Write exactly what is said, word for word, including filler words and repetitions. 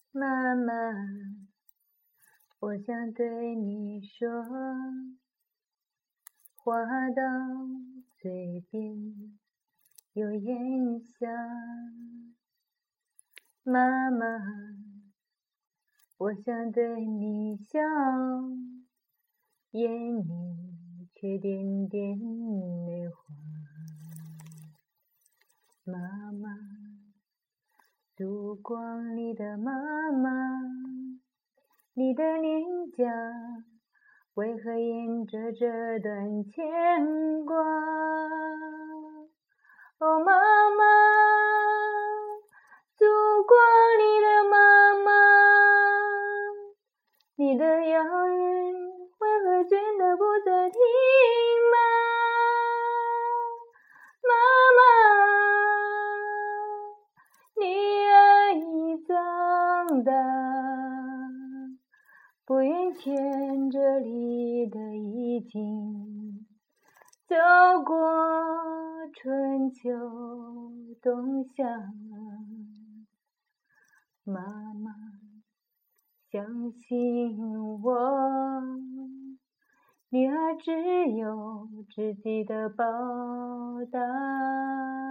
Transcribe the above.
妈妈，我想对你说，话到嘴边有烟香。妈妈，我想对你笑，眼里却点点泪花。妈妈，烛光里的妈妈，你的脸颊为何掩着这段牵挂？哦，妈妈，烛光里的妈妈，你的摇人为何倦得不再听吗？妈妈，你儿已长大，不愿牵着你的衣襟，走过春秋冬夏。妈妈，相信我，女儿只有自己的报答。